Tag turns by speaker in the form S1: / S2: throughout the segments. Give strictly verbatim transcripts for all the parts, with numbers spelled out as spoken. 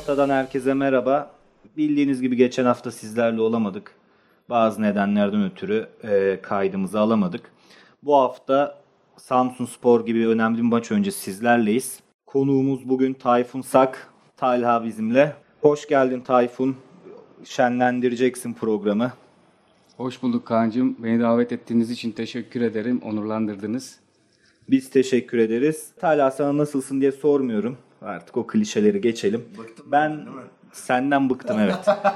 S1: Sparta'dan herkese merhaba. Bildiğiniz gibi geçen hafta sizlerle olamadık. Bazı nedenlerden ötürü e, kaydımızı alamadık. Bu hafta Samsunspor gibi önemli bir maç öncesi sizlerleyiz. Konuğumuz bugün Tayfun Sak. Talha bizimle. Hoş geldin Tayfun. Şenlendireceksin programı.
S2: Hoş bulduk Kaan'cığım. Beni davet ettiğiniz için teşekkür ederim. Onurlandırdınız.
S1: Biz teşekkür ederiz. Talha sana nasılsın diye sormuyorum. Artık o klişeleri geçelim.
S3: Bıktım
S1: ben
S3: değil mi?
S1: Senden bıktım, evet.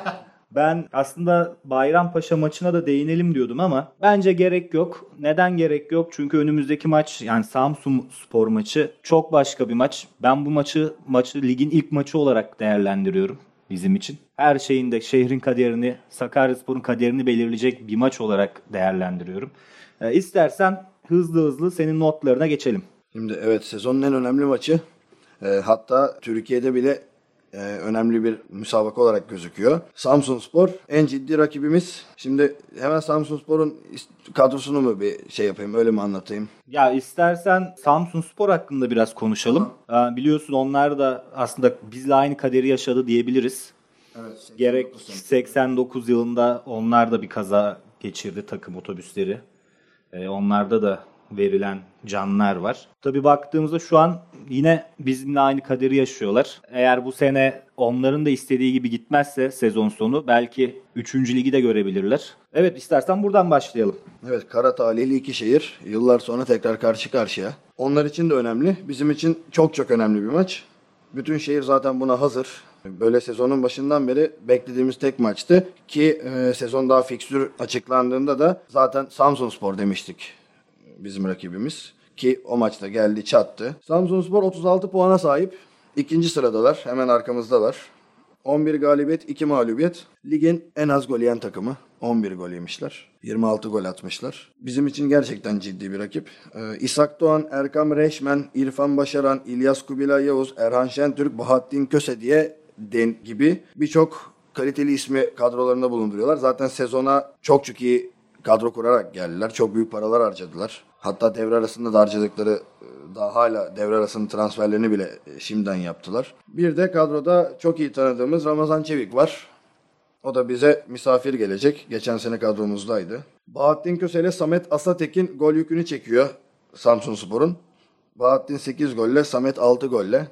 S1: Ben aslında Bayrampaşa maçına da değinelim diyordum ama bence gerek yok. Neden gerek yok? Çünkü önümüzdeki maç, yani Samsunspor maçı çok başka bir maç. Ben bu maçı maçı ligin ilk maçı olarak değerlendiriyorum bizim için. Her şeyin de şehrin kaderini, Sakaryaspor'un kaderini belirleyecek bir maç olarak değerlendiriyorum. Ee, istersen hızlı hızlı senin notlarına geçelim.
S3: Şimdi evet, sezonun en önemli maçı. E, hatta Türkiye'de bile e, önemli bir müsabaka olarak gözüküyor. Samsunspor en ciddi rakibimiz. Şimdi hemen Samsunspor'un kadrosunu mu bir şey yapayım, öyle mi anlatayım?
S1: Ya istersen Samsunspor hakkında biraz konuşalım. Ee, biliyorsun onlar da aslında bizle aynı kaderi yaşadı diyebiliriz.
S3: Evet.
S1: Gerek seksen dokuz yılında onlar da bir kaza geçirdi, takım otobüsleri. Ee, onlarda da verilen canlar var. Tabii baktığımızda şu an yine bizimle aynı kaderi yaşıyorlar. Eğer bu sene onların da istediği gibi gitmezse sezon sonu belki üçüncü ligi de görebilirler. Evet, istersen buradan başlayalım.
S3: Evet, kara talihli iki şehir. Yıllar sonra tekrar karşı karşıya. Onlar için de önemli. Bizim için çok çok önemli bir maç. Bütün şehir zaten buna hazır. Böyle sezonun başından beri beklediğimiz tek maçtı. Ki e, sezon daha fikstür açıklandığında da zaten Samsunspor demiştik bizim rakibimiz. Ki o maçta geldi çattı. Samsunspor otuz altı puana sahip. İkinci sıradalar. Hemen arkamızdalar. on bir galibiyet, iki mağlubiyet. Ligin en az gol yiyen takımı. on bir gol yemişler. yirmi altı gol atmışlar. Bizim için gerçekten ciddi bir rakip. Ee, İshak Doğan, Erkam Reşmen, İrfan Başaran, İlyas Kubilay Yavuz, Erhan Şentürk, Bahattin Köse diye den gibi birçok kaliteli ismi kadrolarında bulunduruyorlar. Zaten sezona çok çok iyi kadro kurarak geldiler. Çok büyük paralar harcadılar. Hatta devre arasında da harcadıkları, daha hala devre arasının transferlerini bile şimdiden yaptılar. Bir de kadroda çok iyi tanıdığımız Ramazan Çevik var. O da bize misafir gelecek. Geçen sene kadromuzdaydı. Bahattin Köse ile Samet Asatekin gol yükünü çekiyor Samsunspor'un. Bahattin sekiz golle, Samet altı golle.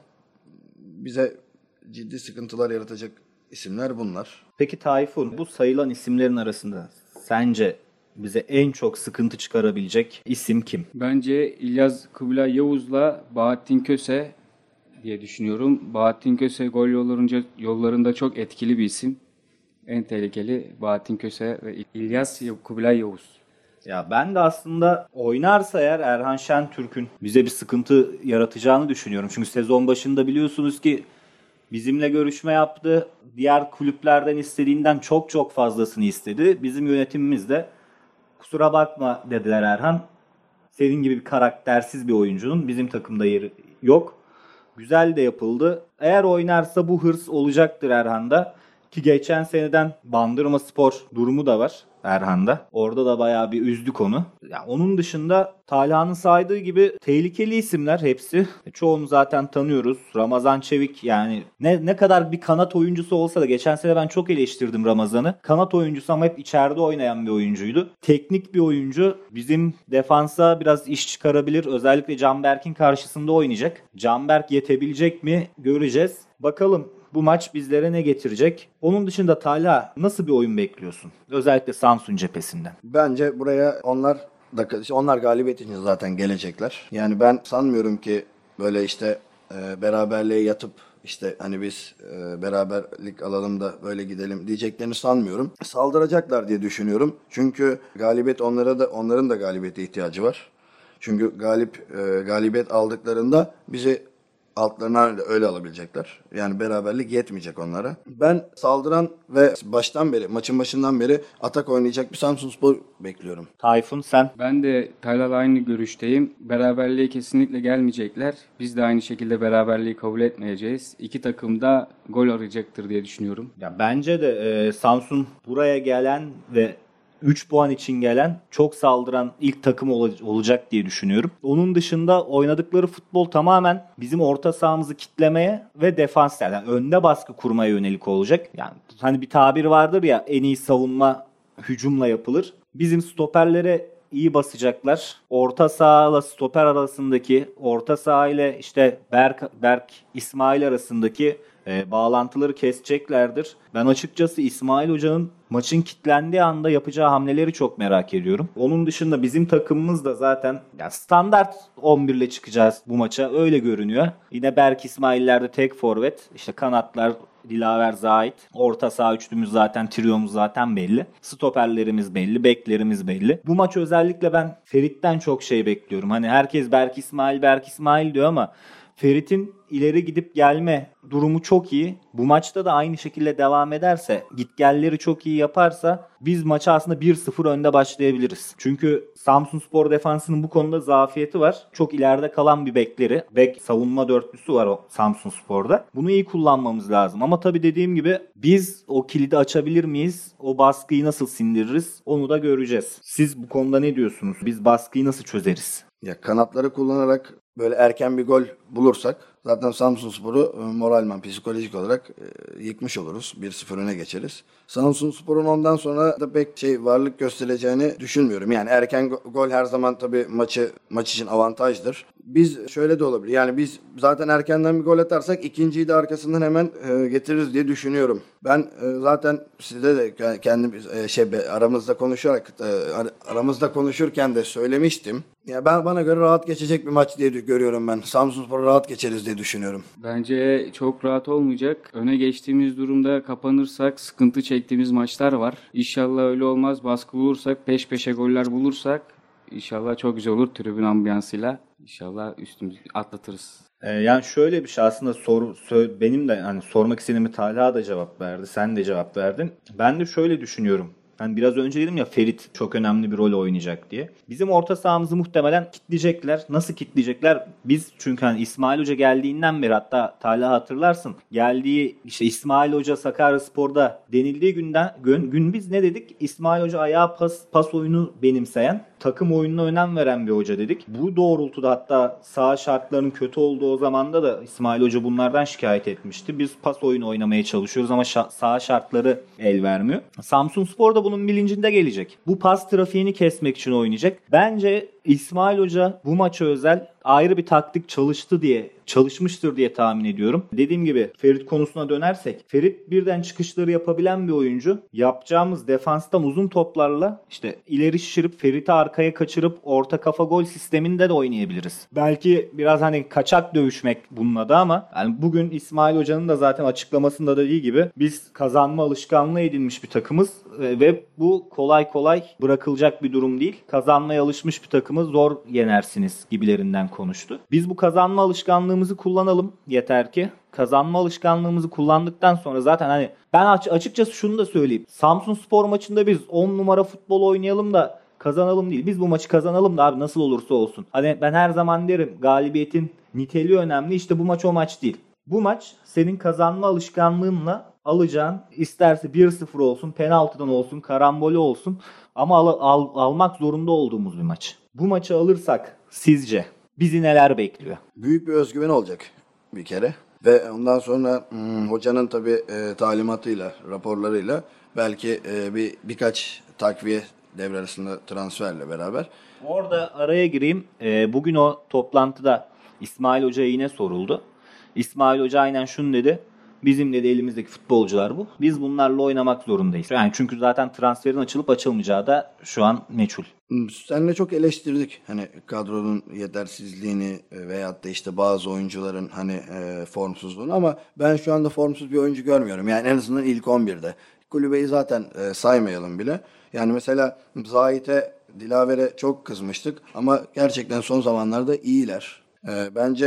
S3: Bize ciddi sıkıntılar yaratacak isimler bunlar.
S1: Peki Tayfun, bu sayılan isimlerin arasında sence bize en çok sıkıntı çıkarabilecek isim kim?
S2: Bence İlyas Kubilay Yavuz'la Bahattin Köse diye düşünüyorum. Bahattin Köse gol yollarınca, yollarında çok etkili bir isim. En tehlikeli Bahattin Köse ve İlyas Kubilay Yavuz.
S1: Ya ben de aslında oynarsa eğer Erhan Şentürk'ün bize bir sıkıntı yaratacağını düşünüyorum. Çünkü sezon başında biliyorsunuz ki bizimle görüşme yaptı. Diğer kulüplerden istediğinden çok çok fazlasını istedi. Bizim yönetimimiz de kusura bakma dediler Erhan. Senin gibi bir karaktersiz bir oyuncunun bizim takımda yeri yok. Güzel de yapıldı. Eğer oynarsa bu hırs olacaktır Erhan'da. Ki geçen seneden Bandırmaspor durumu da var Erhan'da. Orada da bayağı bir üzdük onu. Ya onun dışında Talha'nın saydığı gibi tehlikeli isimler hepsi. Çoğunu zaten tanıyoruz. Ramazan Çevik, yani ne ne kadar bir kanat oyuncusu olsa da geçen sene ben çok eleştirdim Ramazan'ı. Kanat oyuncusu ama hep içeride oynayan bir oyuncuydu. Teknik bir oyuncu. Bizim defansa biraz iş çıkarabilir. Özellikle Canberk'in karşısında oynayacak. Canberk yetebilecek mi göreceğiz. Bakalım bu maç bizlere ne getirecek? Onun dışında Talha, nasıl bir oyun bekliyorsun? Özellikle Samsun cephesinden.
S3: Bence buraya onlar da onlar galibiyet için zaten gelecekler. Yani ben sanmıyorum ki böyle işte e, beraberliğe yatıp işte hani biz e, beraberlik alalım da böyle gidelim diyeceklerini sanmıyorum. Saldıracaklar diye düşünüyorum. Çünkü galibiyet onlara da onların da galibiyete ihtiyacı var. Çünkü galip e, galibiyet aldıklarında bizi altlarına öyle, öyle alabilecekler. Yani beraberlik yetmeyecek onlara. Ben saldıran ve baştan beri, maçın başından beri atak oynayacak bir Samsunspor bekliyorum.
S1: Tayfun sen?
S2: Ben de Talha'la aynı görüşteyim. Beraberliğe kesinlikle gelmeyecekler. Biz de aynı şekilde beraberliği kabul etmeyeceğiz. İki takım da gol arayacaktır diye düşünüyorum.
S1: Ya bence de e, Samsun buraya gelen ve üç puan için gelen, çok saldıran ilk takım ol- olacak diye düşünüyorum. Onun dışında oynadıkları futbol tamamen bizim orta sahamızı kitlemeye ve defans, yani önde baskı kurmaya yönelik olacak. Yani hani bir tabir vardır ya, en iyi savunma hücumla yapılır. Bizim stoperlere iyi basacaklar. Orta sahayla stoper arasındaki, orta saha ile işte Berk, Berk İsmail arasındaki e, bağlantıları keseceklerdir. Ben açıkçası İsmail Hoca'nın maçın kilitlendiği anda yapacağı hamleleri çok merak ediyorum. Onun dışında bizim takımımız da zaten ya standart on bir ile çıkacağız bu maça, öyle görünüyor. Yine Berk İsmail'lerde tek forvet, işte kanatlar Dilaver, Zahit. Orta saha üçlümüz zaten, triyomuz zaten belli. Stoperlerimiz belli, beklerimiz belli. Bu maç özellikle ben Ferit'ten çok şey bekliyorum. Hani herkes Berk İsmail, Berk İsmail diyor ama Ferit'in ileri gidip gelme durumu çok iyi. Bu maçta da aynı şekilde devam ederse, gitgelleri çok iyi yaparsa biz maça aslında bir sıfır önde başlayabiliriz. Çünkü Samsunspor defansının bu konuda zafiyeti var. Çok ileride kalan bir bekleri, bek savunma dörtlüsü var o Samsunspor'da. Bunu iyi kullanmamız lazım. Ama tabii dediğim gibi biz o kilidi açabilir miyiz? O baskıyı nasıl sindiririz? Onu da göreceğiz. Siz bu konuda ne diyorsunuz? Biz baskıyı nasıl çözeriz?
S3: Ya kanatları kullanarak böyle erken bir gol bulursak zaten Samsunspor'u e, moralman, psikolojik olarak e, yıkmış oluruz. bir sıfır öne geçeriz. Samsunspor'un ondan sonra da pek şey varlık göstereceğini düşünmüyorum. Yani erken go- gol her zaman tabii maçı maç için avantajdır. Biz şöyle de olabilir. Yani biz zaten erkenden bir gol atarsak ikinciyi de arkasından hemen e, getiririz diye düşünüyorum. Ben e, zaten size de kendim e, şey be, aramızda konuşarak e, ar- aramızda konuşurken de söylemiştim. Ya ben bana göre rahat geçecek bir maç diye görüyorum ben. Samsunspor'u rahat geçeriz diye düşünüyorum.
S2: Bence çok rahat olmayacak. Öne geçtiğimiz durumda kapanırsak sıkıntı çektiğimiz maçlar var. İnşallah öyle olmaz. Baskı bulursak, peş peşe goller bulursak inşallah çok güzel olur tribün ambiyansıyla. İnşallah üstümüzü atlatırız.
S1: Ee, yani şöyle bir şey aslında, sor, sö- benim de hani sormak istediğimi Talha da cevap verdi. Sen de cevap verdin. Ben de şöyle düşünüyorum. Hani biraz önce dedim ya, Ferit çok önemli bir rol oynayacak diye. Bizim orta sahamızı muhtemelen kitleyecekler. Nasıl kitleyecekler? Biz çünkü hani İsmail Hoca geldiğinden beri, hatta Talha hatırlarsın, geldiği işte İsmail Hoca Sakaryaspor'da denildiği günden gün, gün biz ne dedik? İsmail Hoca ayağa pas, pas oyunu benimseyen, takım oyununa önem veren bir hoca dedik. Bu doğrultuda hatta saha şartlarının kötü olduğu o zamanda da İsmail Hoca bunlardan şikayet etmişti. Biz pas oyunu oynamaya çalışıyoruz ama şa- saha şartları el vermiyor. Samsunspor da bunun bilincinde gelecek. Bu pas trafiğini kesmek için oynayacak. Bence İsmail Hoca bu maça özel ayrı bir taktik çalıştı diye, çalışmıştır diye tahmin ediyorum. Dediğim gibi Ferit konusuna dönersek, Ferit birden çıkışları yapabilen bir oyuncu. Yapacağımız defanstan uzun toplarla işte ileri şişirip Ferit'i arkaya kaçırıp orta kafa gol sisteminde de oynayabiliriz. Belki biraz hani kaçak dövüşmek bunun adı ama yani bugün İsmail Hoca'nın da zaten açıklamasında da dediği gibi biz kazanma alışkanlığı edinmiş bir takımız ve bu kolay kolay bırakılacak bir durum değil. Kazanmaya alışmış bir takımı zor yenersiniz gibilerinden konuştu. Biz bu kazanma alışkanlığımızı kullanalım yeter ki. Kazanma alışkanlığımızı kullandıktan sonra zaten hani ben açıkçası şunu da söyleyeyim. Samsunspor maçında biz on numara futbol oynayalım da kazanalım değil. Biz bu maçı kazanalım da abi nasıl olursa olsun. Hani ben her zaman derim, galibiyetin niteliği önemli. İşte bu maç o maç değil. Bu maç senin kazanma alışkanlığınla alacağın, isterse bir sıfır olsun, penaltıdan olsun, karambole olsun ama al, al, almak zorunda olduğumuz bir maç. Bu maçı alırsak sizce bizi neler bekliyor?
S3: Büyük bir özgüven olacak bir kere. Ve ondan sonra hmm, hocanın tabii e, talimatıyla, raporlarıyla belki e, bir birkaç takviye devre arasında transferle beraber.
S1: Orada araya gireyim. Ee, bugün o toplantıda İsmail Hoca'ya yine soruldu. İsmail Hoca aynen şunu dedi. Bizim dedi elimizdeki futbolcular bu. Biz bunlarla oynamak zorundayız. Yani çünkü zaten transferin açılıp açılmayacağı da şu an meçhul.
S3: Seninle çok eleştirdik hani kadronun yetersizliğini veyahut da işte bazı oyuncuların hani e, formsuzluğunu ama ben şu anda formsuz bir oyuncu görmüyorum. Yani en azından ilk on birde. Kulübeyi zaten e, saymayalım bile. Yani mesela Zahit'e, Dilaver'e çok kızmıştık ama gerçekten son zamanlarda iyiler. E, bence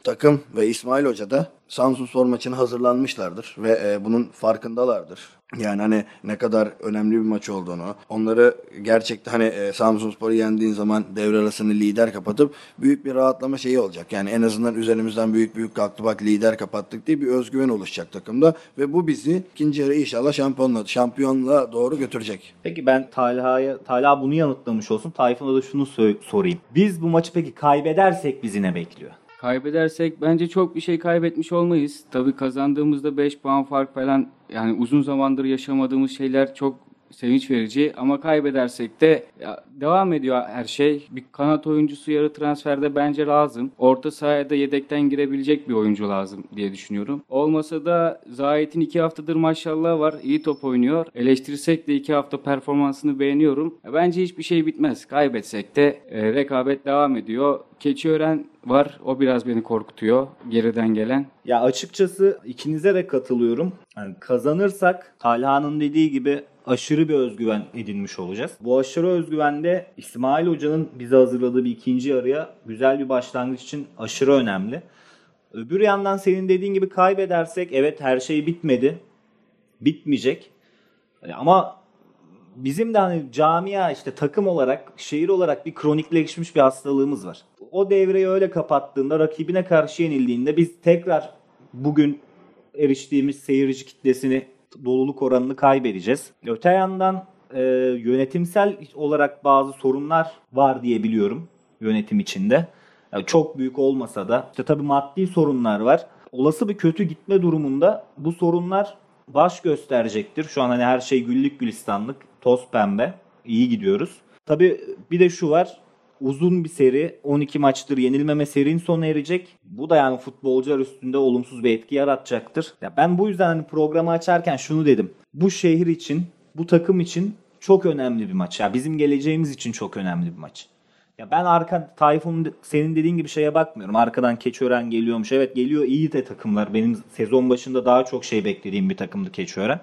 S3: takım ve İsmail Hoca da Samsunspor maçına hazırlanmışlardır ve e, bunun farkındalardır. Yani hani ne kadar önemli bir maç olduğunu, onları gerçekten hani e, Samsunspor'u yendiğin zaman devre arasını lider kapatıp büyük bir rahatlama şeyi olacak. Yani en azından üzerimizden büyük büyük kalktı, bak lider kapattık diye bir özgüven oluşacak takımda ve bu bizi ikinci yarı inşallah şampiyonla, şampiyonluğa doğru götürecek.
S1: Peki ben Talha'ya, Talha bunu yanıtlamış olsun. Tayfun'a da şunu sö- sorayım. Biz bu maçı peki kaybedersek bizi ne bekliyor?
S2: Kaybedersek bence çok bir şey kaybetmiş olmayız. Tabii kazandığımızda beş puan fark falan, yani uzun zamandır yaşamadığımız şeyler çok sevinç verici, ama kaybedersek de ya, devam ediyor her şey. Bir kanat oyuncusu yarı transferde bence lazım. Orta sahaya da yedekten girebilecek bir oyuncu lazım diye düşünüyorum. Olmasa da Zahit'in iki haftadır maşallah var. İyi top oynuyor. Eleştirsek de iki hafta performansını beğeniyorum. Ya, bence hiçbir şey bitmez. Kaybetsek de e, rekabet devam ediyor. Keçiören var. O biraz beni korkutuyor. Geriden gelen.
S1: Ya açıkçası ikinize de katılıyorum. Yani kazanırsak Talha'nın dediği gibi aşırı bir özgüven edinmiş olacağız. Bu aşırı özgüvende İsmail Hoca'nın bize hazırladığı bir ikinci yarıya güzel bir başlangıç için aşırı önemli. Öbür yandan senin dediğin gibi kaybedersek evet her şey bitmedi. Bitmeyecek. Ama bizim de hani camia işte takım olarak, şehir olarak bir kronikleşmiş bir hastalığımız var. O devreyi öyle kapattığında, rakibine karşı yenildiğinde biz tekrar bugün eriştiğimiz seyirci kitlesini, doluluk oranını kaybedeceğiz. Öte yandan e, yönetimsel olarak bazı sorunlar var diye biliyorum yönetim içinde. Yani çok büyük olmasa da işte tabii maddi sorunlar var. Olası bir kötü gitme durumunda bu sorunlar baş gösterecektir. Şu an hani her şey güllük gülistanlık, toz pembe. İyi gidiyoruz. Tabii bir de şu var. Uzun bir seri, on iki maçtır yenilmeme serinin sona erecek. Bu da yani futbolcular üstünde olumsuz bir etki yaratacaktır. Ya ben bu yüzden hani programı açarken şunu dedim. Bu şehir için, bu takım için çok önemli bir maç. Ya bizim geleceğimiz için çok önemli bir maç. Ya ben arka Tayfun senin dediğin gibi şeye bakmıyorum. Arkadan Keçiören geliyormuş. Evet geliyor, iyi de takımlar. Benim sezon başında daha çok şey beklediğim bir takımdı Keçiören.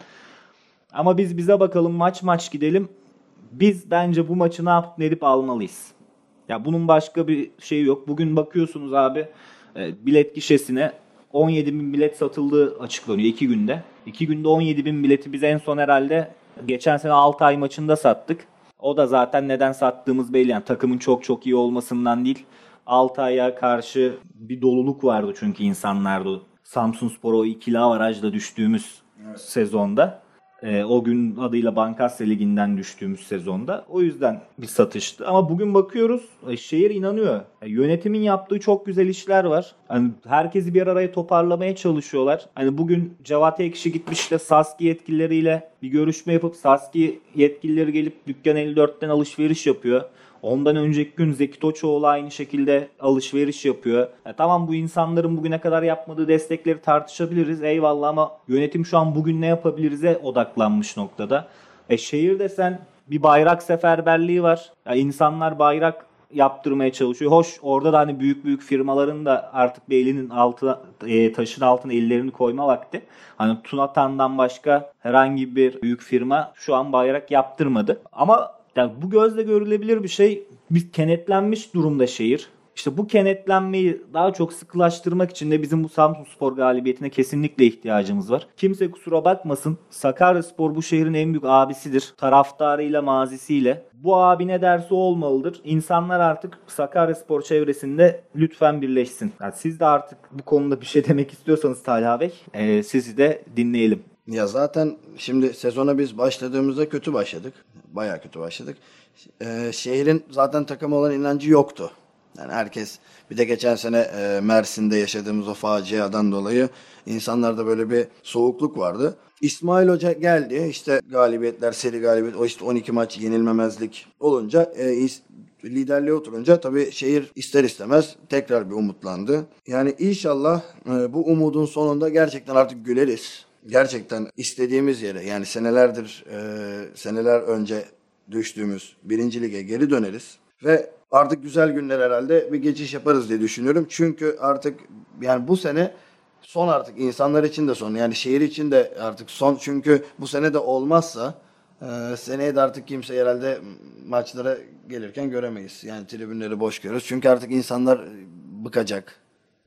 S1: Ama biz bize bakalım, maç maç gidelim. Biz bence bu maçı ne yapıp ne edip almalıyız. Ya bunun başka bir şeyi yok. Bugün bakıyorsunuz abi e, bilet gişesine on yedi bin bilet satıldığı açıklanıyor iki günde. iki günde on yedi bin bileti biz en son herhalde geçen sene Altay maçında sattık. O da zaten neden sattığımız belli. Yani takımın çok çok iyi olmasından değil. Altay'a karşı bir doluluk vardı çünkü insanlarda. Samsunspor'a o ikili avarajla düştüğümüz evet. sezonda. E, o gün adıyla Bankasya Ligi'nden düştüğümüz sezonda. O yüzden bir satıştı. Ama bugün bakıyoruz e, şehir inanıyor. E, yönetimin yaptığı çok güzel işler var. Hani herkesi bir araya toparlamaya çalışıyorlar. Hani bugün Cevat Ekşi gitmiş de Saski yetkilileriyle bir görüşme yapıp Saski yetkilileri gelip Dükkan elli dörtten alışveriş yapıyor. Ondan önceki gün Zeki Toçoğlu aynı şekilde alışveriş yapıyor. E tamam, bu insanların bugüne kadar yapmadığı destekleri tartışabiliriz. Eyvallah, ama yönetim şu an bugün ne yapabiliriz'e odaklanmış noktada. E şehir desen bir bayrak seferberliği var. Ya insanlar bayrak yaptırmaya çalışıyor. Hoş, orada da hani büyük büyük firmaların da artık bir elinin altına, e, taşın altına ellerini koyma vakti. Hani Tunatan'dan başka herhangi bir büyük firma şu an bayrak yaptırmadı. Ama yani bu gözle görülebilir bir şey. Bir kenetlenmiş durumda şehir. İşte bu kenetlenmeyi daha çok sıkılaştırmak için de bizim bu Samsunspor galibiyetine kesinlikle ihtiyacımız var. Kimse kusura bakmasın, Sakaryaspor bu şehrin en büyük abisidir. Taraftarıyla, mazisiyle. Bu abi ne derse olmalıdır. İnsanlar artık Sakaryaspor çevresinde lütfen birleşsin. Yani siz de artık bu konuda bir şey demek istiyorsanız Talha Bey, e, sizi de dinleyelim.
S3: Ya zaten şimdi sezona biz başladığımızda kötü başladık. Bayağı kötü başladık. Ee, şehrin zaten takıma olan inancı yoktu. Yani herkes, bir de geçen sene e, Mersin'de yaşadığımız o faciadan dolayı insanlarda böyle bir soğukluk vardı. İsmail Hoca geldi, işte galibiyetler, seri galibiyet, o işte on iki maç yenilmemezlik olunca, e, liderliğe oturunca tabii şehir ister istemez tekrar bir umutlandı. Yani inşallah e, bu umudun sonunda gerçekten artık güleriz. Gerçekten istediğimiz yere, yani senelerdir, e, seneler önce düştüğümüz birinci lige geri döneriz. Ve artık güzel günler herhalde bir geçiş yaparız diye düşünüyorum. Çünkü artık yani bu sene son, artık insanlar için de son. Yani şehir için de artık son. Çünkü bu sene de olmazsa e, seneye de artık kimse herhalde maçlara gelirken göremeyiz. Yani tribünleri boş görürüz. Çünkü artık insanlar bıkacak.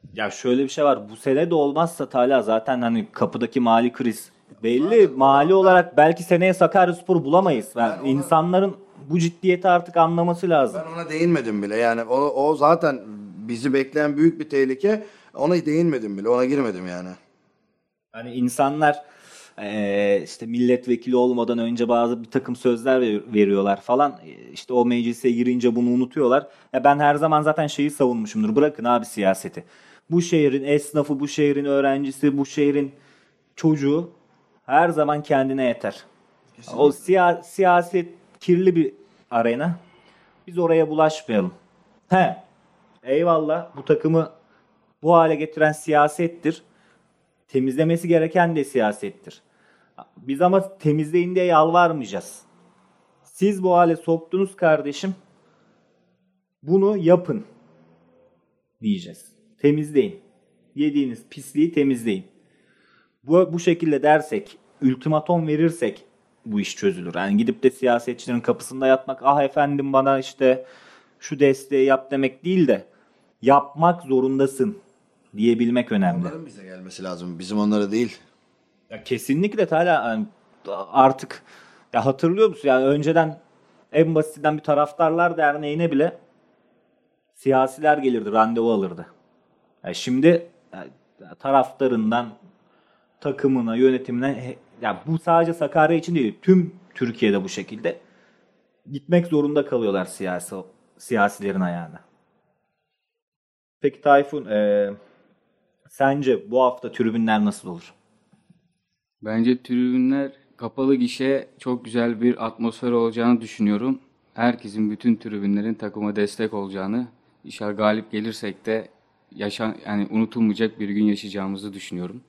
S1: Ya şöyle bir şey var. Bu sene de olmazsa Talha zaten hani kapıdaki mali kriz belli. Mali olarak belki seneye Sakaryaspor'u bulamayız. Yani
S3: Ben ona-
S1: insanların bu ciddiyeti artık anlaması lazım.
S3: Ben ona değinmedim bile. Yani o, o zaten bizi bekleyen büyük bir tehlike. Ona değinmedim bile. Ona girmedim yani.
S1: Hani insanlar eee, işte milletvekili olmadan önce bazı bir takım sözler ver- veriyorlar falan. E, İşte o meclise girince bunu unutuyorlar. Ya ben her zaman zaten şeyi savunmuşumdur. Bırakın abi siyaseti. Bu şehrin esnafı, bu şehrin öğrencisi, bu şehrin çocuğu her zaman kendine yeter. O siya- siyaset kirli bir arena. Biz oraya bulaşmayalım. He, eyvallah bu takımı bu hale getiren siyasettir. Temizlemesi gereken de siyasettir. Biz ama temizleyin diye yalvarmayacağız. Siz bu hale soktunuz kardeşim. Bunu yapın diyeceğiz. Temizleyin. Yediğiniz pisliği temizleyin. Bu, bu şekilde dersek, ultimatom verirsek bu iş çözülür. Yani gidip de siyasetçilerin kapısında yatmak, ah efendim bana işte şu desteği yap demek değil de yapmak zorundasın diyebilmek önemli.
S3: Onların bize gelmesi lazım. Bizim onlara değil.
S1: Ya kesinlikle Talha yani artık ya hatırlıyor musun yani önceden en basitinden bir taraftarlar derneğine bile siyasiler gelirdi, randevu alırdı. Ya şimdi ya, taraftarından takımına, yönetimine he- ya bu sadece Sakarya için değil, tüm Türkiye'de bu şekilde gitmek zorunda kalıyorlar siyasi siyasilerin ayağına. Peki Tayfun, e, sence bu hafta tribünler nasıl olur?
S2: Bence tribünler kapalı gişe çok güzel bir atmosfer olacağını düşünüyorum. Herkesin, bütün tribünlerin takıma destek olacağını, inşallah galip gelirsek de yaşan yani unutulmayacak bir gün yaşayacağımızı düşünüyorum.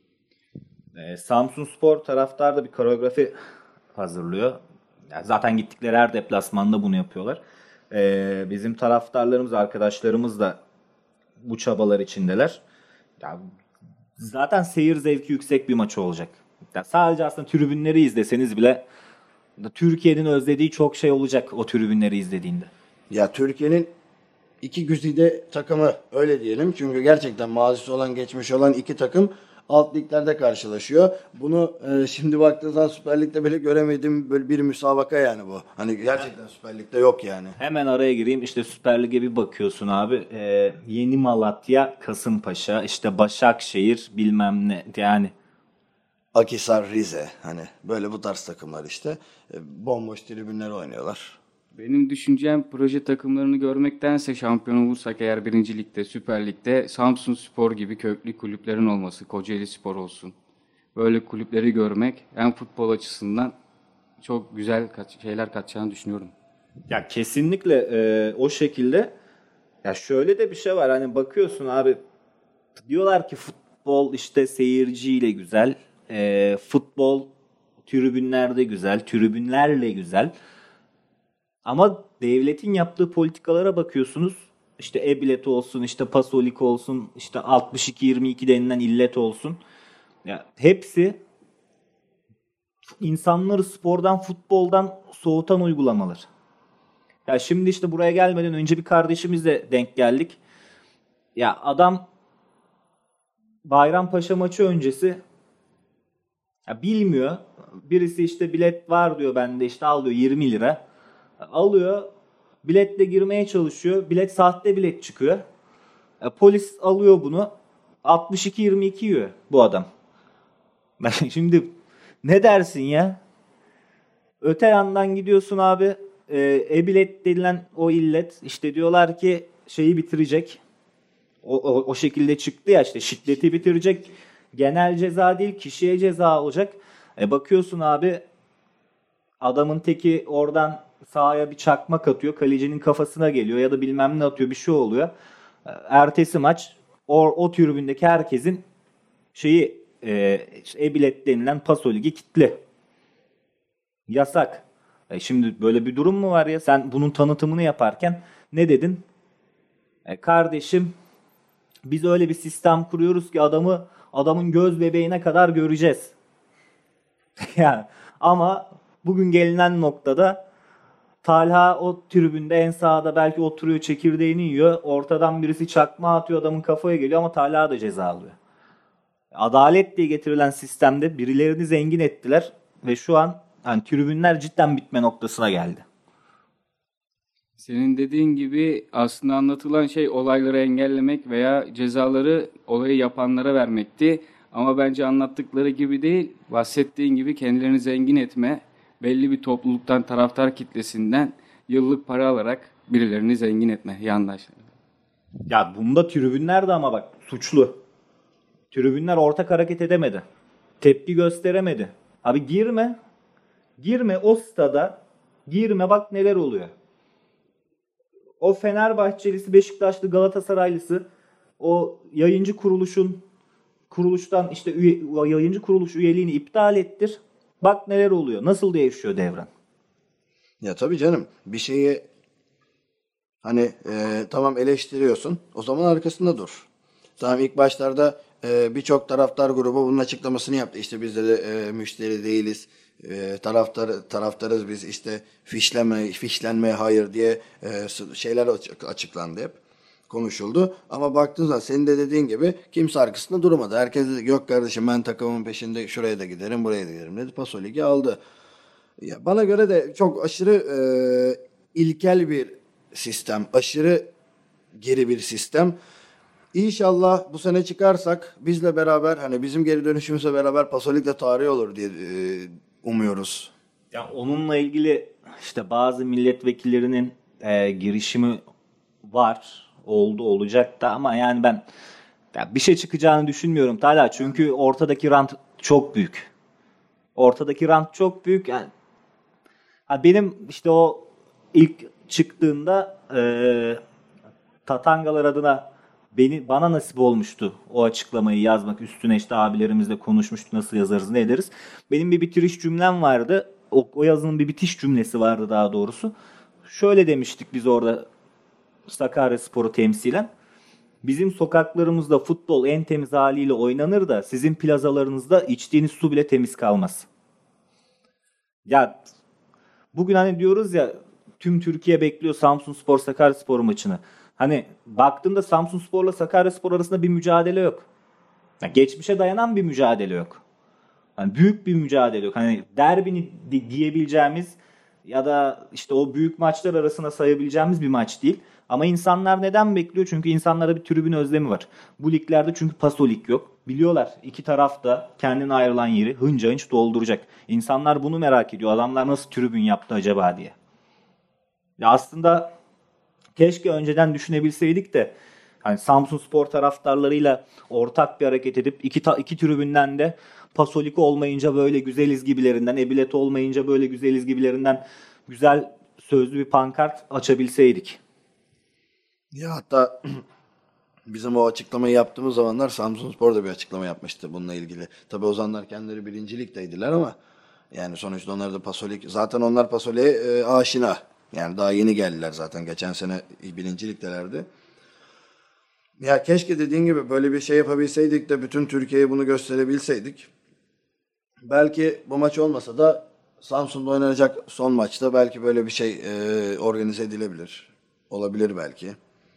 S1: Ee, Samsunspor taraftar da bir koreografi hazırlıyor. Yani zaten gittikleri her deplasmanda bunu yapıyorlar. Ee, bizim taraftarlarımız, arkadaşlarımız da bu çabalar içindeler. Ya, zaten seyir zevki yüksek bir maç olacak. Ya sadece aslında tribünleri izleseniz bile Türkiye'nin özlediği çok şey olacak o tribünleri izlediğinde.
S3: Ya Türkiye'nin iki güzide takımı öyle diyelim. Çünkü gerçekten mazisi olan geçmiş olan iki takım alt liglerde karşılaşıyor. Bunu e, şimdi baktığınız zaman Süper Lig'de bile göremediğim böyle bir müsabaka yani bu. Hani gerçekten Süper Lig'de yok yani.
S1: Hemen araya gireyim. İşte Süper Lig'e bir bakıyorsun abi. Ee, Yeni Malatya, Kasımpaşa, işte Başakşehir bilmem ne. Yani
S3: Akhisar, Rize hani böyle bu tarz takımlar işte. E, bomboş tribünler oynuyorlar.
S2: Benim düşüncem proje takımlarını görmektense şampiyon olursak eğer birinci ligde, Süper Lig'de Samsunspor gibi köklü kulüplerin olması, Kocaeli Spor olsun. Böyle kulüpleri görmek hem futbol açısından çok güzel kat- şeyler katacağını düşünüyorum.
S1: ya kesinlikle e, o şekilde. Ya şöyle de bir şey var. Hani bakıyorsun abi diyorlar ki futbol işte seyirciyle güzel. E, futbol tribünlerde güzel. Tribünlerle güzel. Ama devletin yaptığı politikalara bakıyorsunuz. İşte e-bilet olsun, işte pasolik olsun, işte altmış iki yirmi iki denilen illet olsun. Ya hepsi insanları spordan, futboldan soğutan uygulamalar. Ya şimdi işte buraya gelmeden önce bir kardeşimizle denk geldik. Ya adam Bayrampaşa maçı öncesi ya bilmiyor. Birisi işte bilet var diyor bende işte al diyor yirmi lira. Alıyor. Biletle girmeye çalışıyor. Bilet sahte bilet çıkıyor. Ya polis alıyor bunu. altmış iki yirmi iki yiyor bu adam. Şimdi ne dersin ya? Öte yandan gidiyorsun abi e, e-bilet denilen o illet işte diyorlar ki şeyi bitirecek. O, o, o şekilde çıktı ya işte şiddeti bitirecek. Genel ceza değil kişiye ceza olacak. E bakıyorsun abi adamın teki oradan sahaya bir çakmak atıyor. Kalecinin kafasına geliyor ya da bilmem ne atıyor bir şey oluyor. E, Ertesi maç o, o tribündeki herkesin şeyi e, e-bilet denilen paso ligi kitli. Yasak. E şimdi böyle bir durum mu var ya? Sen bunun tanıtımını yaparken ne dedin? E kardeşim biz öyle bir sistem kuruyoruz ki adamı adamın göz bebeğine kadar göreceğiz. Yani ama bugün gelinen noktada Talha o tribünde en sağda belki oturuyor, çekirdeğini yiyor. Ortadan birisi çakma atıyor, adamın kafaya geliyor ama Talha da ceza alıyor. Adalet diye getirilen sistemde birilerini zengin ettiler ve şu an hani tribünler cidden bitme noktasına geldi.
S2: Senin dediğin gibi aslında anlatılan şey olayları engellemek veya cezaları olayı yapanlara vermekti. Ama bence anlattıkları gibi değil, bahsettiğin gibi kendilerini zengin etme, belli bir topluluktan, taraftar kitlesinden yıllık para alarak birilerini zengin etme yandaş.
S1: Ya bunda tribünler de ama bak suçlu. Tribünler ortak hareket edemedi. Tepki gösteremedi. Abi girme. Girme o stada. Girme bak neler oluyor. O Fenerbahçelisi, Beşiktaşlı, Galatasaraylısı o yayıncı kuruluşun kuruluştan işte üye, o yayıncı kuruluş üyeliğini iptal ettir. Bak neler oluyor. Nasıl değişiyor devran.
S3: Ya tabii canım, bir şeyi hani e, tamam eleştiriyorsun, o zaman arkasında dur. Tamam, ilk başlarda e, birçok taraftar grubu bunun açıklamasını yaptı. İşte biz de e, müşteri değiliz, e, taraftar taraftarız biz, işte fişleme fişlenmeye hayır diye e, şeyler açık- açıklandı hep. Konuşuldu. Ama baktığın zaman senin de dediğin gibi kimse arkasında durmadı. Herkes dedi yok kardeşim, ben takımın peşinde şuraya da giderim, buraya da giderim dedi. Paso Ligi aldı. Ya bana göre de çok aşırı e, ilkel bir sistem. Aşırı geri bir sistem. İnşallah bu sene çıkarsak bizle beraber, hani bizim geri dönüşümüzle beraber Paso Lig'de tarihi olur diye e, umuyoruz.
S1: Ya onunla ilgili işte bazı milletvekillerinin e, girişimi var. Oldu, olacak da ama yani ben ya bir şey çıkacağını düşünmüyorum Talha. Çünkü ortadaki rant çok büyük. Ortadaki rant çok büyük. Yani ha benim işte o ilk çıktığında e, Tatangalar adına beni bana nasip olmuştu o açıklamayı yazmak. Üstüne işte abilerimizle konuşmuştu nasıl yazarız ne ederiz. Benim bir bitiriş cümlem vardı. O, o yazının bir bitiş cümlesi vardı daha doğrusu. Şöyle demiştik biz orada Sakaryaspor'u temsilen. Bizim sokaklarımızda futbol en temiz haliyle oynanır da sizin plazalarınızda içtiğiniz su bile temiz kalmaz. Ya bugün hani diyoruz ya tüm Türkiye bekliyor Samsunspor Sakaryaspor maçını. Hani baktığında Samsunspor'la Sakaryaspor arasında bir mücadele yok. Ya geçmişe dayanan bir mücadele yok. Hani büyük bir mücadele yok. Hani derbini di- diyebileceğimiz ya da işte o büyük maçlar arasına sayabileceğimiz bir maç değil. Ama insanlar neden bekliyor? Çünkü insanlara bir tribün özlemi var. Bu liglerde çünkü paso lig yok. Biliyorlar iki taraf da kendine ayrılan yeri hınca hınç dolduracak. İnsanlar bunu merak ediyor. Adamlar nasıl tribün yaptı acaba diye. Ya aslında keşke önceden düşünebilseydik de hani Samsunspor taraftarlarıyla ortak bir hareket edip iki ta, iki tribünden de Pasolik olmayınca böyle güzeliz gibilerinden, e-bilet olmayınca böyle güzeliz gibilerinden güzel sözlü bir pankart açabilseydik.
S3: Ya hatta bizim o açıklamayı yaptığımız zamanlar Samsunspor da bir açıklama yapmıştı bununla ilgili. Tabii o zamanlar kendileri birinci ligdeydiler ama yani sonuçta onlar da Paso Lig. Zaten onlar Paso Lig'e e, aşina. Yani daha yeni geldiler zaten. Geçen sene birinci ligdelerdi. Ya keşke dediğin gibi böyle bir şey yapabilseydik de bütün Türkiye'ye bunu gösterebilseydik. Belki bu maç olmasa da Samsun'da oynanacak son maçta belki böyle bir şey e, organize edilebilir. Olabilir belki.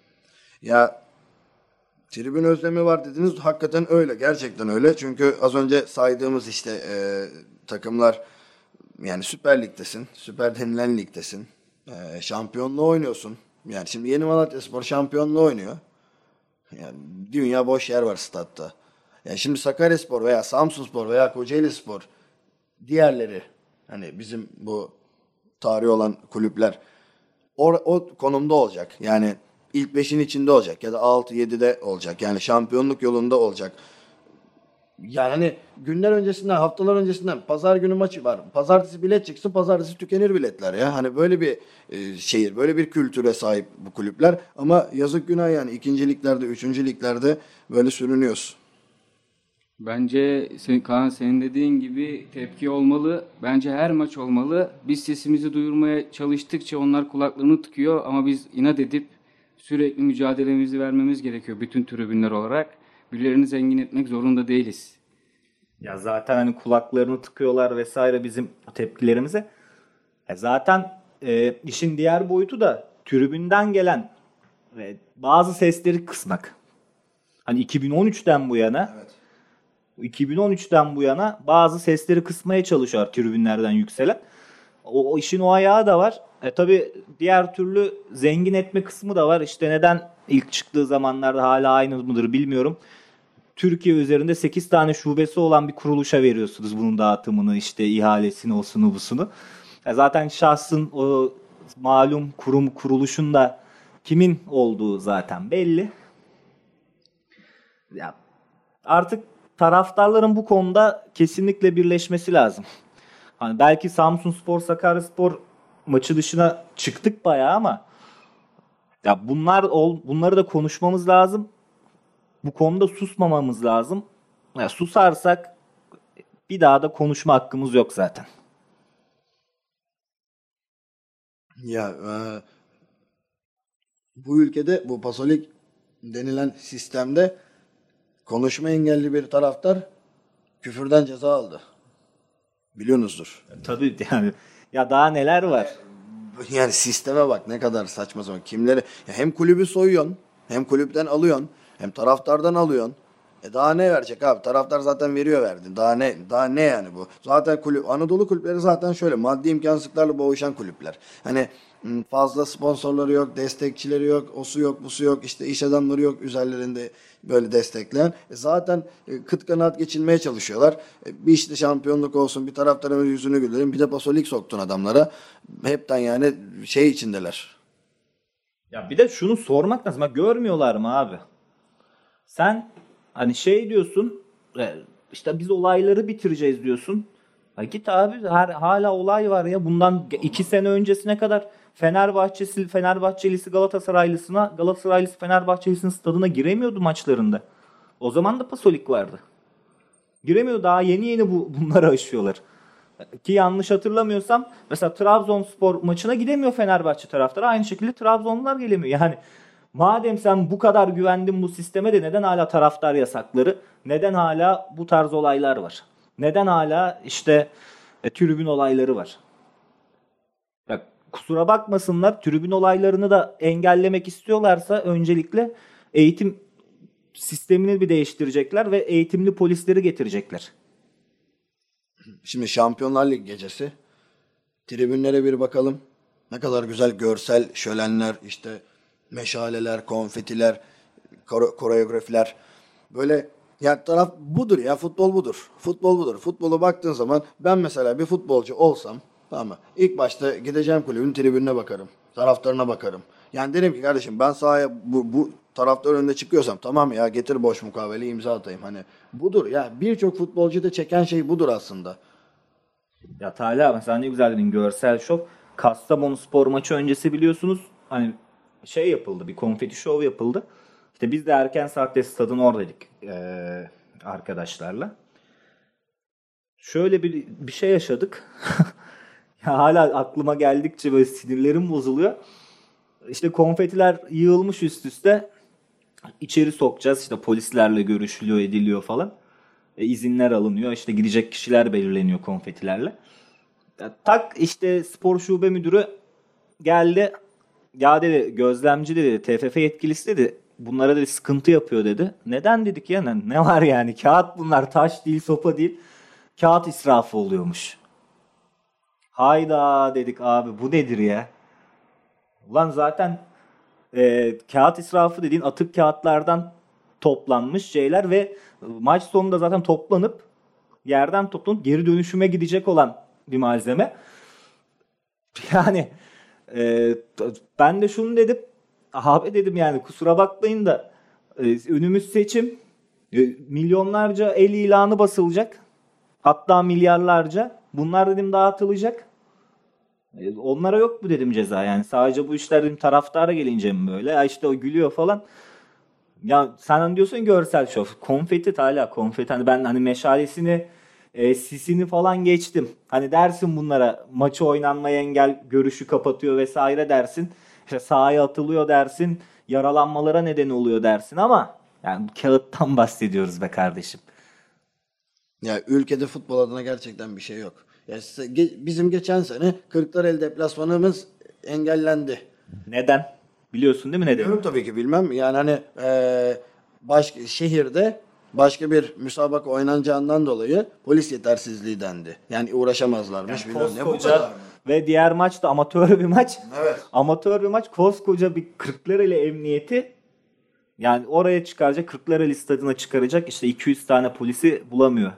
S3: Ya tribün özlemi var dediniz. Hakikaten öyle. Gerçekten öyle. Çünkü az önce saydığımız işte e, takımlar, yani Süper Lig'desin. Süper denilen ligdesin. E, şampiyonluğu oynuyorsun. Yani şimdi Yeni Malatyaspor şampiyonluğu oynuyor. Yani dünya boş yer var statta. Yani şimdi Sakaryaspor veya Samsunspor veya Kocaelispor, diğerleri, hani bizim bu tarihi olan kulüpler o, o konumda olacak. Yani ilk beşin içinde olacak ya da altı yedide olacak. Yani şampiyonluk yolunda olacak. Yani hani günler öncesinden, haftalar öncesinden pazar günü maçı var. Pazartesi bilet çıksın, pazartesi tükenir biletler ya. Hani böyle bir e, şehir, böyle bir kültüre sahip bu kulüpler. Ama yazık günah yani ikinci liglerde, üçüncü liglerde böyle sürünüyoruz.
S2: Bence sen, Kaan senin dediğin gibi tepki olmalı. Bence her maç olmalı. Biz sesimizi duyurmaya çalıştıkça onlar kulaklarını tıkıyor ama biz inat edip sürekli mücadelemizi vermemiz gerekiyor bütün tribünler olarak. Birilerini zengin etmek zorunda değiliz.
S1: Ya zaten hani kulaklarını tıkıyorlar vesaire bizim tepkilerimize. E zaten e, işin diğer boyutu da tribünden gelen e, bazı sesleri kısmak. Hani iki bin on üçten bu yana
S3: Evet.
S1: iki bin on üçten bu yana bazı sesleri kısmaya çalışıyor tribünlerden yükselen. O, o işin o ayağı da var. E tabi diğer türlü zengin etme kısmı da var. İşte neden ilk çıktığı zamanlarda hala aynı mıdır bilmiyorum. Türkiye üzerinde sekiz tane şubesi olan bir kuruluşa veriyorsunuz bunun dağıtımını, işte ihalesini, osunu busunu. E zaten şahsın o malum kurum kuruluşun da kimin olduğu zaten belli. Ya artık taraftarların bu konuda kesinlikle birleşmesi lazım. Hani belki Samsunspor, Sakaryaspor maçı dışına çıktık bayağı ama ya bunlar bunları da konuşmamız lazım. Bu konuda susmamamız lazım. Ya susarsak bir daha da konuşma hakkımız yok zaten.
S3: Ya e, bu ülkede bu pasolik denilen sistemde konuşma engelli bir taraftar küfürden ceza aldı. Biliyorsunuzdur.
S1: Tabii yani ya daha neler var.
S3: Yani sisteme bak ne kadar saçma sapan. Kimleri ya hem kulübü soyuyorsun, hem kulüpten alıyorsun, hem taraftardan alıyorsun. E daha ne verecek abi? Taraftar zaten veriyor verdi. Daha ne daha ne yani bu? Zaten kulüp Anadolu kulüpleri zaten şöyle maddi imkansızlıklarla boğuşan kulüpler. Hani m, fazla sponsorları yok, destekçileri yok, osu yok, busu yok, işte iş adamları yok üzerlerinde böyle destekleyen. E zaten e, kıt kanaat geçinmeye çalışıyorlar. E, bir işte şampiyonluk olsun, bir taraftarın yüzünü güldürün, bir de pasolik soktun adamlara. Hepten yani şey içindeler.
S1: Ya bir de şunu sormak lazım. Ha, görmüyorlar mı abi? Sen hani şey diyorsun e, işte biz olayları bitireceğiz diyorsun. Ha git abi her, hala olay var ya. Bundan iki sene öncesine kadar Fenerbahçesi, Fenerbahçelisi Galatasaraylısına, Galatasaraylısı Fenerbahçelisinin stadına giremiyordu maçlarında. O zaman da pasolik vardı. Giremiyor, daha yeni yeni bu, bunları aşıyorlar. Ki yanlış hatırlamıyorsam mesela Trabzonspor maçına gidemiyor Fenerbahçe taraftarı. Aynı şekilde Trabzonlular gelemiyor. Yani madem sen bu kadar güvendin bu sisteme de neden hala taraftar yasakları? Neden hala bu tarz olaylar var? Neden hala işte e, tribün olayları var? Ya, kusura bakmasınlar, tribün olaylarını da engellemek istiyorlarsa öncelikle eğitim sistemini bir değiştirecekler ve eğitimli polisleri getirecekler.
S3: Şimdi Şampiyonlar Ligi gecesi. Tribünlere bir bakalım. Ne kadar güzel görsel şölenler, işte meşaleler, konfetiler, kore- koreografiler. Böyle ya taraf budur ya, futbol budur. Futbol budur. Futbolu baktığın zaman ben mesela bir futbolcu olsam, tamam mı? İlk başta gideceğim kulübün tribününe bakarım. Taraftarına bakarım. Yani derim ki kardeşim ben sahaya bu, bu taraftar önünde çıkıyorsam tamam ya, getir boş mukavele imza atayım. Hani budur ya, birçok futbolcu da çeken şey budur aslında.
S1: Ya Talha mesela ne güzel dedin, görsel şov. Kastamonuspor maçı öncesi biliyorsunuz hani şey yapıldı, bir konfeti şov yapıldı. İşte biz de erken saatte stadın oradaydık eee, arkadaşlarla. Şöyle bir bir şey yaşadık. Ya hala aklıma geldikçe böyle sinirlerim bozuluyor. İşte konfetiler yığılmış üst üste. İçeri sokacağız, işte polislerle görüşülüyor, ediliyor falan. E, izinler alınıyor. İşte gidecek kişiler belirleniyor konfetilerle. Ya, tak işte spor şube müdürü geldi. Ya dedi, gözlemci dedi, T F F yetkilisi dedi. Bunlara dedi sıkıntı yapıyor dedi. Neden dedik ya, ne ne var yani? Kağıt bunlar, taş değil, sopa değil. Kağıt israfı oluyormuş. Hayda dedik abi, bu nedir ya? Ulan zaten e, kağıt israfı dediğin atık kağıtlardan toplanmış şeyler ve maç sonunda zaten toplanıp yerden toplanıp geri dönüşüme gidecek olan bir malzeme. Yani e, ben de şunu dedim. Abi dedim yani kusura bakmayın da e, önümüz seçim. E, milyonlarca el ilanı basılacak. Hatta milyarlarca. Bunlar dedim dağıtılacak. E, onlara yok mu dedim ceza, yani sadece bu işler dedim taraftara gelince mi böyle? Ya işte o gülüyor falan. Ya sen hani diyorsun görsel şov. Konfeti hala konfeti. Hani ben hani meşalesini e, sisini falan geçtim. Hani dersin bunlara maçı oynanmaya engel, görüşü kapatıyor vesaire dersin. İşte sahaya atılıyor dersin. Yaralanmalara neden oluyor dersin ama yani bu kağıttan bahsediyoruz be kardeşim.
S3: Ya ülkede futbol adına gerçekten bir şey yok. Ya size- ge- bizim geçen sene Kırklareli deplasmanımız engellendi.
S1: Neden? Biliyorsun değil mi neden?
S3: Biliyorum tabii ki, bilmem. Yani hani eee başka şehirde başka bir müsabaka oynanacağından dolayı polis yetersizliği dendi. Yani uğraşamazlarmış.
S1: Yani
S3: bilmem ne. Bu
S1: koskoca
S3: kadar mı?
S1: ve diğer maç da amatör bir maç.
S3: Evet.
S1: Amatör bir maç. Koskoca bir Kırklareli Emniyeti yani oraya çıkaracak, Kırklareli stadına çıkaracak işte iki yüz tane polisi bulamıyor.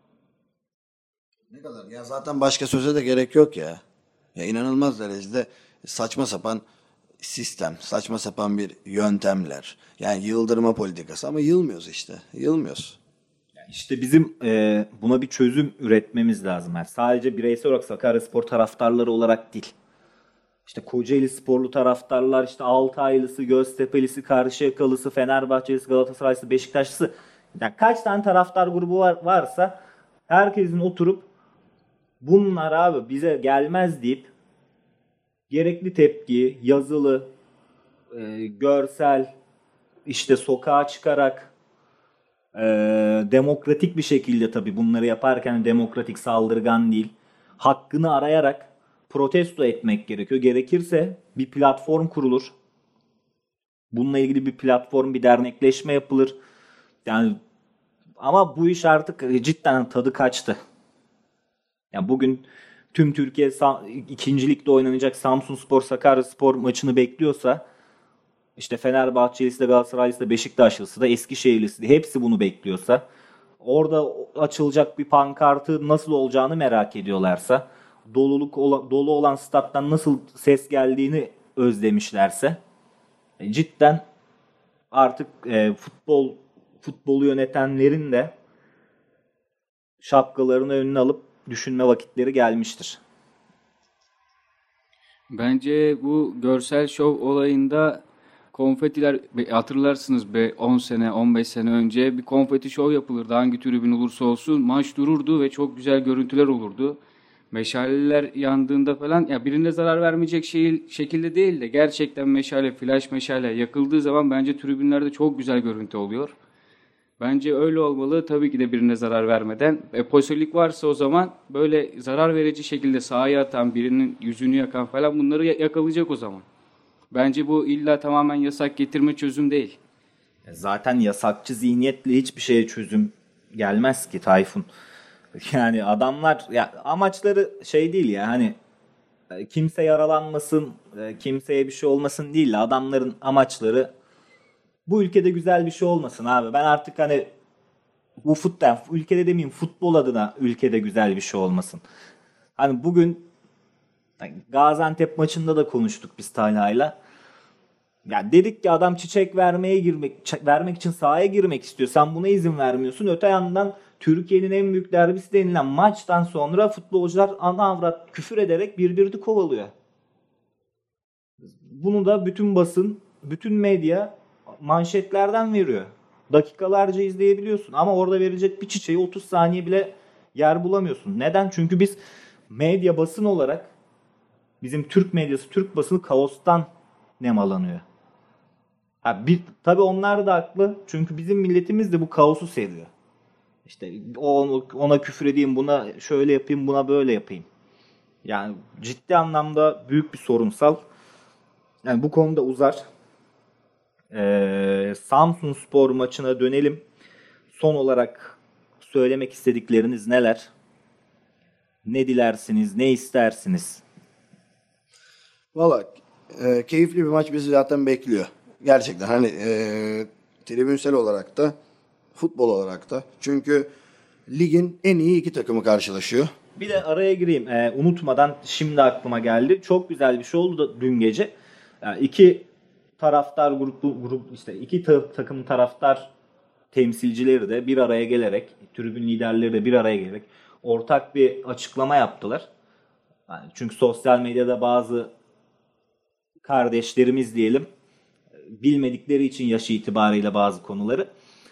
S3: Ne kadar? Ya zaten başka söze de gerek yok ya. Ya inanılmaz derecede saçma sapan sistem, saçma sapan bir yöntemler. Yani yıldırma politikası ama yılmıyoruz işte. Yılmıyoruz.
S1: İşte bizim e, buna bir çözüm üretmemiz lazım. Yani sadece bireysel olarak Sakaryaspor taraftarları olarak değil. İşte Kocaeli sporlu taraftarlar, işte Altaylısı, Göztepe'lisi, Karşıyakalısı, Fenerbahçelisi, Galatasaraylısı, Beşiktaşlısı. Yani kaç tane taraftar grubu var, varsa herkesin oturup bunlar abi bize gelmez deyip gerekli tepki, yazılı, e, görsel, işte sokağa çıkarak e, demokratik bir şekilde tabii bunları yaparken demokratik saldırgan değil. Hakkını arayarak protesto etmek gerekiyor. Gerekirse bir platform kurulur. Bununla ilgili bir platform, bir dernekleşme yapılır. Yani ama bu iş artık cidden tadı kaçtı. Yani bugün tüm Türkiye Sa- ikinci ligde oynanacak Samsunspor Sakaryaspor maçını bekliyorsa işte Fenerbahçelisi de Galatasaraylısı da Beşiktaşlısı da Eskişehirlisi de hepsi bunu bekliyorsa orada açılacak bir pankartı nasıl olacağını merak ediyorlarsa doluluk ola- dolu olan stat'tan nasıl ses geldiğini özlemişlerse e, cidden artık e, futbol futbolu yönetenlerin de şapkalarını önüne alıp düşünme vakitleri gelmiştir.
S2: Bence bu görsel şov olayında konfetiler be- hatırlarsınız be on sene on beş sene önce bir konfeti şov yapılırdı hangi tribün olursa olsun maç dururdu ve çok güzel görüntüler olurdu. Meşaleler yandığında falan ya birine zarar vermeyecek şey, şekilde değil de gerçekten meşale flash meşale yakıldığı zaman bence tribünlerde çok güzel görüntü oluyor. Bence öyle olmalı. Tabii ki de birine zarar vermeden. E, pozitiflik varsa o zaman böyle zarar verici şekilde sahaya atan, birinin yüzünü yakan falan bunları ya- yakalayacak o zaman. Bence bu illa tamamen yasak getirme çözüm değil.
S1: Zaten yasakçı zihniyetle hiçbir şeye çözüm gelmez ki Tayfun. Yani adamlar ya amaçları şey değil ya hani e, kimse yaralanmasın, e, kimseye bir şey olmasın değil de adamların amaçları bu ülkede güzel bir şey olmasın abi. Ben artık hani bu futbol ülkede demeyeyim futbol adına ülkede güzel bir şey olmasın. Hani bugün yani Gaziantep maçında da konuştuk biz Talha'yla. Ya dedik ki adam çiçek vermeye girmek çi- vermek için sahaya girmek istiyor. Sen buna izin vermiyorsun. Öte yandan Türkiye'nin en büyük derbisi denilen maçtan sonra futbolcular ana avrat küfür ederek birbirini kovalıyor. Bunu da bütün basın, bütün medya manşetlerden veriyor. Dakikalarca izleyebiliyorsun ama orada verilecek bir çiçeği otuz saniye bile yer bulamıyorsun. Neden? Çünkü biz medya basın olarak bizim Türk medyası, Türk basını kaostan nemalanıyor. Ha, bir, tabii onlar da haklı. Çünkü bizim milletimiz de bu kaosu seviyor. İşte o onu- ona küfür edeyim, buna şöyle yapayım, buna böyle yapayım. Yani ciddi anlamda büyük bir sorunsal. Yani bu konuda uzar. Ee, Samsunspor maçına dönelim. Son olarak söylemek istedikleriniz neler? Ne dilersiniz, ne istersiniz?
S3: Valla e, keyifli bir maç bizi zaten bekliyor. Gerçekten hani e, tribünsel olarak da futbol olarak da. Çünkü ligin en iyi iki takımı karşılaşıyor.
S1: Bir de araya gireyim. Ee, unutmadan şimdi aklıma geldi. Çok güzel bir şey oldu da dün gece. Yani iki taraftar grubu grup işte iki ta- takım taraftar temsilcileri de bir araya gelerek, tribün liderleri de bir araya gelerek ortak bir açıklama yaptılar. Yani çünkü sosyal medyada bazı kardeşlerimiz diyelim bilmedikleri için yaşı itibariyle bazı konuları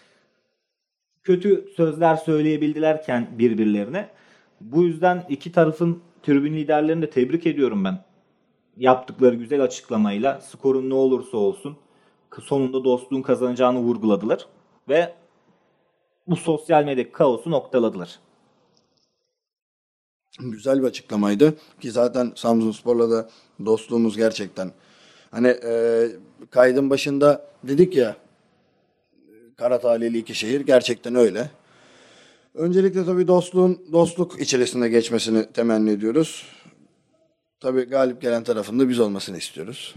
S1: kötü sözler söyleyebildilerken birbirlerine. Bu yüzden iki tarafın tribün liderlerini de tebrik ediyorum ben. Yaptıkları güzel açıklamayla skorun ne olursa olsun sonunda dostluğun kazanacağını vurguladılar. Ve bu sosyal medya kaosu noktaladılar.
S3: Güzel bir açıklamaydı ki zaten Samsunspor'la da dostluğumuz gerçekten. Hani e, kaydın başında dedik ya, Karatalili iki şehir, gerçekten öyle. Öncelikle tabii dostluğun dostluk içerisinde geçmesini temenni ediyoruz. Tabii galip gelen tarafın da biz olmasını istiyoruz.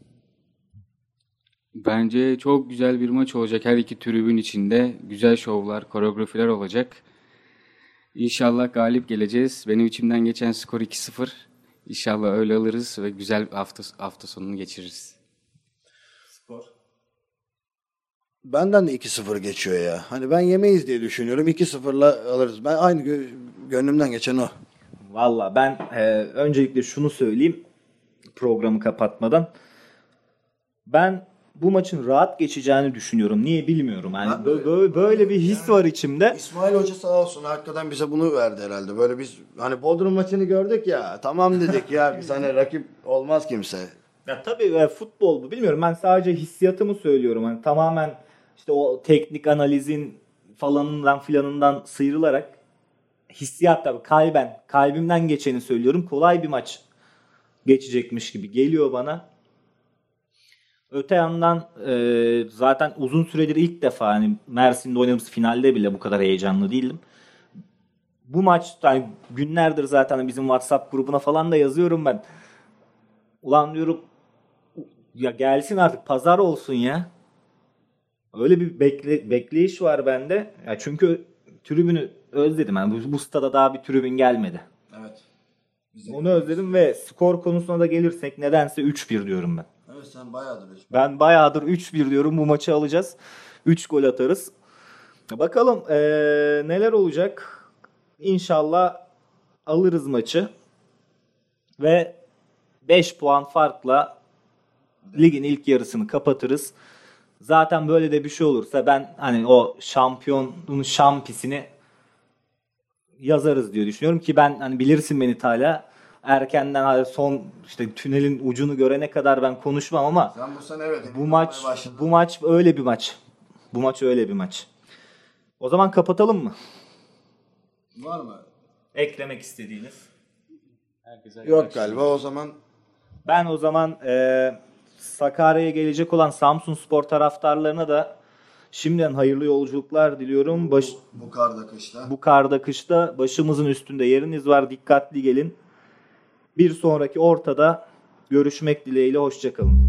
S2: Bence çok güzel bir maç olacak. Her iki tribün içinde güzel şovlar, koreografiler olacak. İnşallah galip geleceğiz. Benim içimden geçen skor iki sıfır. İnşallah öyle alırız ve güzel bir hafta, hafta sonunu geçiririz.
S1: Skor.
S3: Benden de iki sıfır geçiyor ya. Hani ben yemeyiz diye düşünüyorum. iki sıfırla alırız. Ben aynı gö- gönlümden geçen o.
S1: Valla ben e, öncelikle şunu söyleyeyim programı kapatmadan. Ben bu maçın rahat geçeceğini düşünüyorum. Niye bilmiyorum. Yani
S3: Ben de
S1: bö- bö- böyle bir his var içimde.
S3: İsmail Hoca sağ olsun arkadan bize bunu verdi herhalde. Böyle biz hani Bodrum maçını gördük ya. Tamam dedik ya, biz hani rakip olmaz kimse.
S1: Ya tabii e, futbol bu. Bilmiyorum, ben sadece hissiyatımı söylüyorum. Hani tamamen işte o teknik analizin falanından filanından sıyrılarak hissiyat, tabii kalben, kalbimden geçeni söylüyorum. Kolay bir maç geçecekmiş gibi geliyor bana. Öte yandan e, zaten uzun süredir ilk defa hani Mersin'de oynadığımız finalde bile bu kadar heyecanlı değildim. Bu maç yani günlerdir zaten bizim WhatsApp grubuna falan da yazıyorum ben. Ulan diyorum, ya gelsin artık, pazar olsun ya. Öyle bir bekle, bekleyiş var bende. Ya çünkü tribünü özledim. Yani bu, bu stada daha bir tribün gelmedi.
S3: Evet.
S1: Onu özledim ve skor konusuna da gelirsek nedense üç bir diyorum ben.
S3: Evet, sen bayağıdır.
S1: Ben bayağıdır üç bir diyorum. Bu maçı alacağız. üç gol atarız. Bakalım eee, neler olacak. İnşallah alırız maçı. Ve beş puan farkla ligin ilk yarısını kapatırız. Zaten böyle de bir şey olursa ben hani o şampiyonun şampisini yazarız diye düşünüyorum ki ben hani bilirsin beni Talha, erkenden hani son işte tünelin ucunu görene kadar ben konuşmam ama
S3: Sen bu sene evet.
S1: bu maç bu maç öyle bir maç. Bu maç öyle bir maç. O zaman kapatalım mı?
S3: var mı?
S1: Eklemek istediğiniz.
S2: Herkese
S3: Yok galiba, o zaman
S1: Ben o zaman e, Sakarya'ya gelecek olan Samsunspor taraftarlarına da şimdiden hayırlı yolculuklar diliyorum. Baş,
S3: bu karda kışta.
S1: bu karda kışta başımızın üstünde yeriniz var. Dikkatli gelin. Bir sonraki ortada görüşmek dileğiyle. Hoşça kalın.